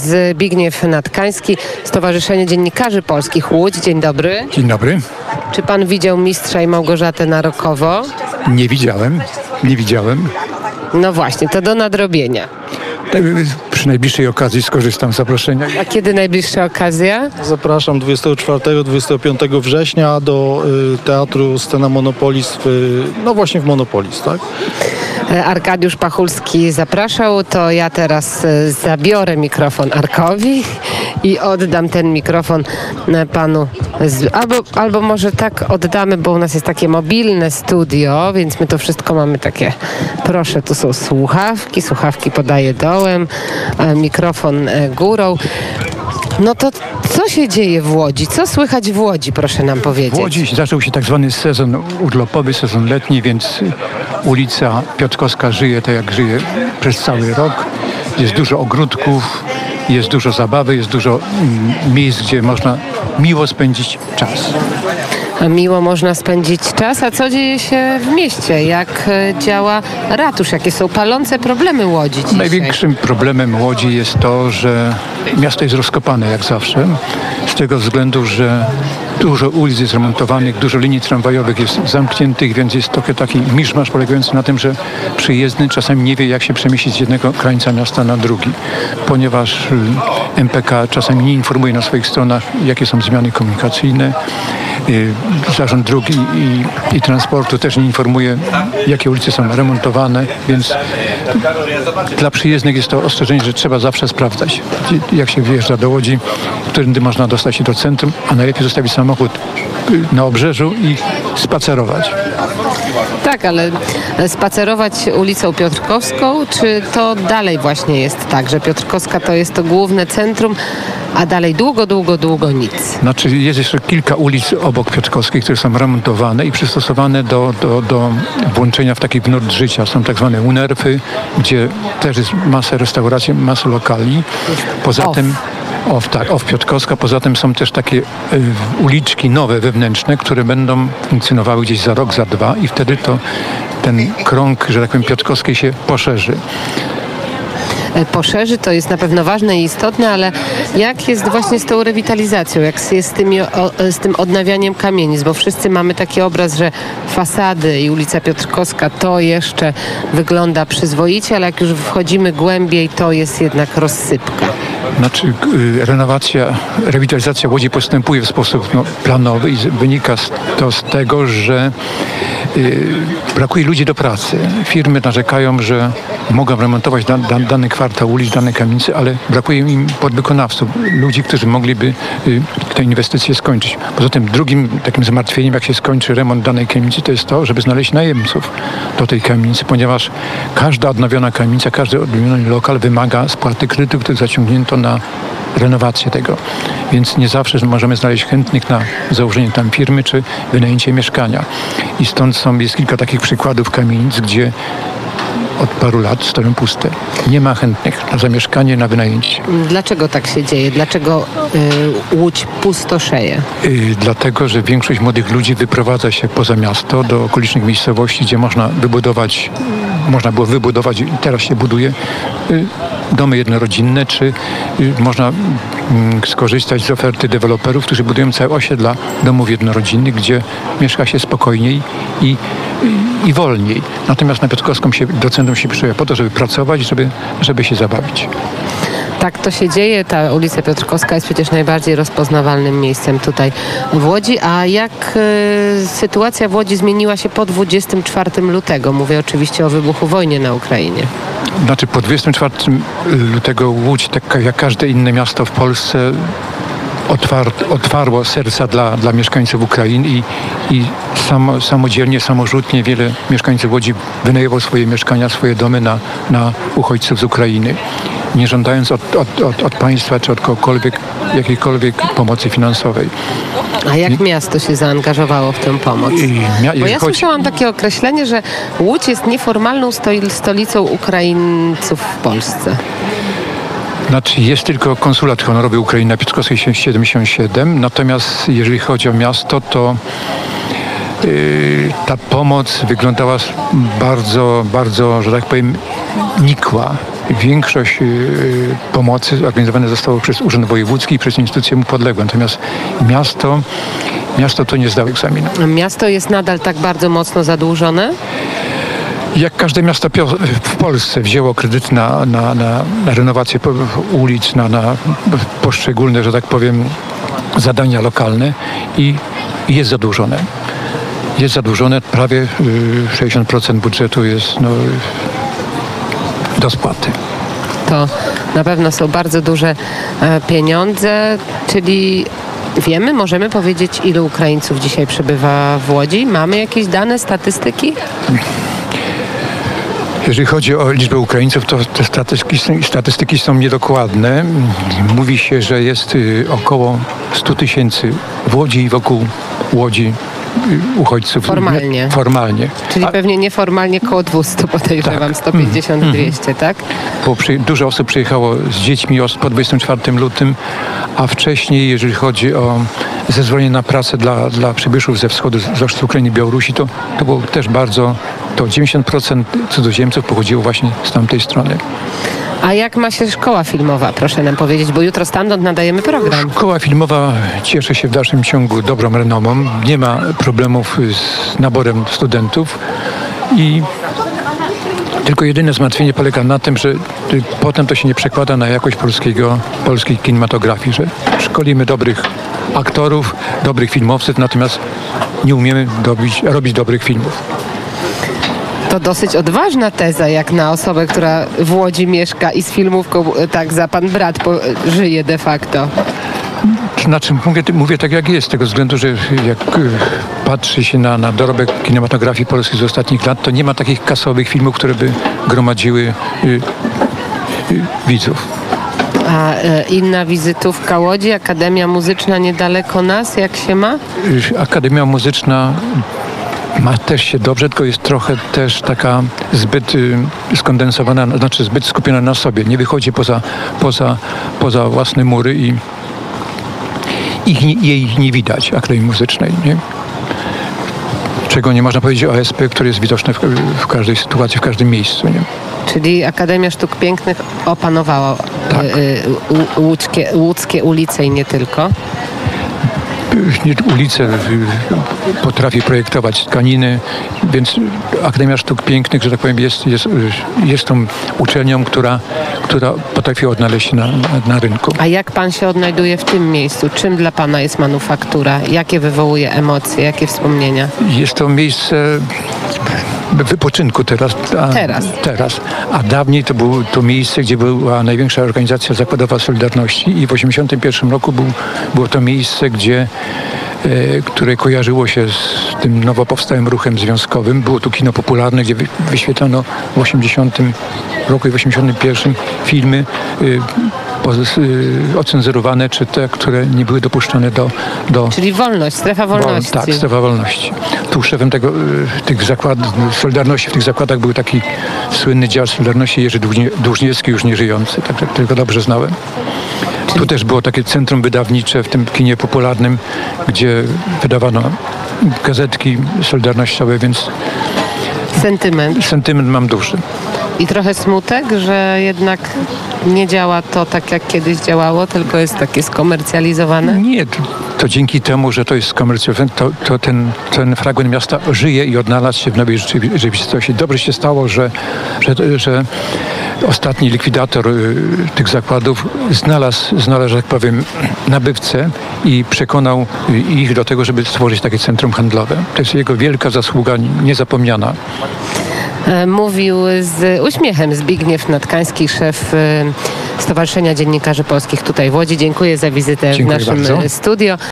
Zbigniew Natkański, Stowarzyszenie Dziennikarzy Polskich Łódź. Dzień dobry. Dzień dobry. Czy pan widział Mistrza i Małgorzatę na Rokowo? Nie widziałem. No właśnie, to do nadrobienia. Przy najbliższej okazji skorzystam z zaproszenia. A kiedy najbliższa okazja? Zapraszam 24-25 września do Teatru Scena Monopolis, właśnie w Monopolis, tak? Arkadiusz Pachulski zapraszał, to ja teraz zabiorę mikrofon Arkowi i oddam ten mikrofon panu. Albo może tak oddamy, bo u nas jest takie mobilne studio, więc my to wszystko mamy takie, proszę, tu są słuchawki podaję dołem, mikrofon górą. No to co się dzieje w Łodzi? Co słychać w Łodzi, proszę nam powiedzieć? W Łodzi zaczął się tak zwany sezon urlopowy, sezon letni, więc ulica Piotrkowska żyje tak jak żyje przez cały rok. Jest dużo ogródków, jest dużo zabawy, jest dużo miejsc, gdzie można miło spędzić czas. A miło można spędzić czas, a co dzieje się w mieście? Jak działa ratusz? Jakie są palące problemy Łodzi dzisiaj? Największym problemem Łodzi jest to, że miasto jest rozkopane jak zawsze, z tego względu, że dużo ulic jest remontowanych, dużo linii tramwajowych jest zamkniętych, więc jest trochę taki miszmasz polegający na tym, że przyjezdny czasami nie wie, jak się przemieścić z jednego krańca miasta na drugi, ponieważ MPK czasami nie informuje na swoich stronach, jakie są zmiany komunikacyjne. Zarząd Dróg i Transportu też nie informuje, jakie ulice są remontowane, więc dla przyjezdnych jest to ostrzeżenie, że trzeba zawsze sprawdzać, jak się wjeżdża do Łodzi, którędy można dostać się do centrum, a najlepiej zostawić samochód na obrzeżu i spacerować. Tak, ale spacerować ulicą Piotrkowską, czy to dalej właśnie jest tak, że Piotrkowska to jest to główne centrum, a dalej długo nic? Znaczy jest jeszcze kilka ulic obok Piotrkowskiej, które są remontowane i przystosowane do włączenia w taki nurt życia. Są tak zwane unerfy, gdzie też jest masę restauracji, masę lokali. Poza tym Piotrkowska. Poza tym są też takie uliczki nowe, wewnętrzne, które będą funkcjonowały gdzieś za rok, za dwa i wtedy to ten krąg, że tak powiem, Piotrkowskiej się poszerzy. Poszerzy, to jest na pewno ważne i istotne, ale jak jest właśnie z tą rewitalizacją, jak jest z tym odnawianiem kamienic, bo wszyscy mamy taki obraz, że fasady i ulica Piotrkowska to jeszcze wygląda przyzwoicie, ale jak już wchodzimy głębiej, to jest jednak rozsypka. Znaczy rewitalizacja Łodzi postępuje w sposób planowy i wynika to z tego, że brakuje ludzi do pracy. Firmy narzekają, że mogą remontować dany kwartał ulic, dane kamienice, ale brakuje im podwykonawców, ludzi, którzy mogliby te inwestycje skończyć. Poza tym drugim takim zmartwieniem, jak się skończy remont danej kamienicy, to jest to, żeby znaleźć najemców do tej kamienicy, ponieważ każda odnowiona kamienica, każdy odnowiony lokal wymaga spłaty kredytu, który zaciągnięto na renowację tego. Więc nie zawsze możemy znaleźć chętnych na założenie tam firmy czy wynajęcie mieszkania. I stąd jest kilka takich przykładów kamienic, gdzie od paru lat stoją puste. Nie ma chętnych na zamieszkanie, na wynajęcie. Dlaczego tak się dzieje? Dlaczego Łódź pustoszeje? Dlatego, że większość młodych ludzi wyprowadza się poza miasto do okolicznych miejscowości, gdzie można było wybudować i teraz się buduje domy jednorodzinne, czy można skorzystać z oferty deweloperów, którzy budują całe osiedla domów jednorodzinnych, gdzie mieszka się spokojniej i wolniej. Natomiast na Piotrkowską do centrum się przyjechał po to, żeby pracować, żeby się zabawić. Tak to się dzieje. Ta ulica Piotrkowska jest przecież najbardziej rozpoznawalnym miejscem tutaj w Łodzi. A jak sytuacja w Łodzi zmieniła się po 24 lutego? Mówię oczywiście o wybuchu wojny na Ukrainie. Znaczy po 24 lutego Łódź, tak jak każde inne miasto w Polsce, otwarło serca dla mieszkańców Ukrainy i samodzielnie, samorzutnie wiele mieszkańców Łodzi wynajęło swoje mieszkania, swoje domy na uchodźców z Ukrainy, nie żądając od państwa czy od kogokolwiek jakiejkolwiek pomocy finansowej. A jak miasto się zaangażowało w tę pomoc? Bo ja słyszałam takie określenie, że Łódź jest nieformalną stolicą Ukraińców w Polsce. Znaczy jest tylko konsulat honorowy Ukrainy na Piotrkowskiej 77, natomiast jeżeli chodzi o miasto, to ta pomoc wyglądała bardzo, bardzo, że tak powiem, nikła. większość pomocy organizowane zostało przez Urząd Wojewódzki i przez instytucje mu podległe. Natomiast miasto to nie zdało egzaminu. Miasto jest nadal tak bardzo mocno zadłużone? Jak każde miasto w Polsce wzięło kredyt na renowację ulic, na poszczególne, że tak powiem, zadania lokalne i jest zadłużone. Jest zadłużone, prawie 60% budżetu jest do spłaty. To na pewno są bardzo duże pieniądze, czyli możemy powiedzieć, ilu Ukraińców dzisiaj przebywa w Łodzi? Mamy jakieś dane, statystyki? Jeżeli chodzi o liczbę Ukraińców, to te statystyki są niedokładne. Mówi się, że jest około 100 000 w Łodzi i wokół Łodzi uchodźców. Formalnie. Formalnie. Czyli pewnie nieformalnie koło 200, podejrzewam, 150-200, tak? Bo dużo osób przyjechało z dziećmi po 24 lutym, a wcześniej, jeżeli chodzi o zezwolenie na pracę dla przybyszów ze wschodu, zwłaszcza z Ukrainy i Białorusi, to było też to 90% cudzoziemców pochodziło właśnie z tamtej strony. A jak ma się szkoła filmowa, proszę nam powiedzieć, bo jutro stamtąd nadajemy program. Szkoła filmowa cieszy się w dalszym ciągu dobrą renomą. Nie ma problemów z naborem studentów i tylko jedyne zmartwienie polega na tym, że potem to się nie przekłada na jakość polskiej kinematografii, że szkolimy dobrych aktorów, dobrych filmowców, natomiast nie umiemy robić dobrych filmów. To dosyć odważna teza, jak na osobę, która w Łodzi mieszka i z filmówką tak za pan brat żyje de facto. Znaczy mówię tak jak jest, z tego względu, że jak patrzy się na dorobek kinematografii polskiej z ostatnich lat, to nie ma takich kasowych filmów, które by gromadziły widzów. A inna wizytówka Łodzi, Akademia Muzyczna niedaleko nas, jak się ma? Akademia Muzyczna ma też się dobrze, tylko jest trochę też taka zbyt skondensowana, znaczy zbyt skupiona na sobie. Nie wychodzi poza własne mury i jej nie widać, Akademii Muzycznej. Nie? Czego nie można powiedzieć o ASP, który jest widoczny w każdej sytuacji, w każdym miejscu. Nie? Czyli Akademia Sztuk Pięknych opanowała Tak. łódzkie ulice i nie tylko. Ulice potrafi projektować tkaniny, więc Akademia Sztuk Pięknych, że tak powiem, jest tą uczelnią, która potrafi odnaleźć się na rynku. A jak pan się odnajduje w tym miejscu? Czym dla pana jest manufaktura? Jakie wywołuje emocje? Jakie wspomnienia? Jest to miejsce wypoczynku teraz. A dawniej to było to miejsce, gdzie była największa organizacja zakładowa Solidarności i w 1981 roku było to miejsce, które kojarzyło się z tym nowo powstałym ruchem związkowym. Było tu kino popularne, gdzie wyświetlano w 80 roku i w 81 filmy ocenzurowane, czy te, które nie były dopuszczone do... Czyli wolność, strefa wolności. Tak, strefa wolności. Tu szefem tych zakładów Solidarności, w tych zakładach był taki słynny działacz Solidarności Jerzy Dłużniewski, już nieżyjący, tak którego dobrze znałem. Tu też było takie centrum wydawnicze w tym kinie popularnym, gdzie wydawano gazetki solidarnościowe, więc sentyment mam duży. I trochę smutek, że jednak nie działa to tak, jak kiedyś działało, tylko jest takie skomercjalizowane? Nie, to dzięki temu, że to jest skomercjalizowane, to ten fragment miasta żyje i odnalazł się w nowej rzeczywistości. Dobrze się stało, że ostatni likwidator tych zakładów znalazł, że tak powiem, nabywcę i przekonał ich do tego, żeby stworzyć takie centrum handlowe. To jest jego wielka zasługa, niezapomniana. Mówił z uśmiechem Zbigniew Natkański, szef Stowarzyszenia Dziennikarzy Polskich tutaj w Łodzi. Dziękuję za wizytę w naszym studio.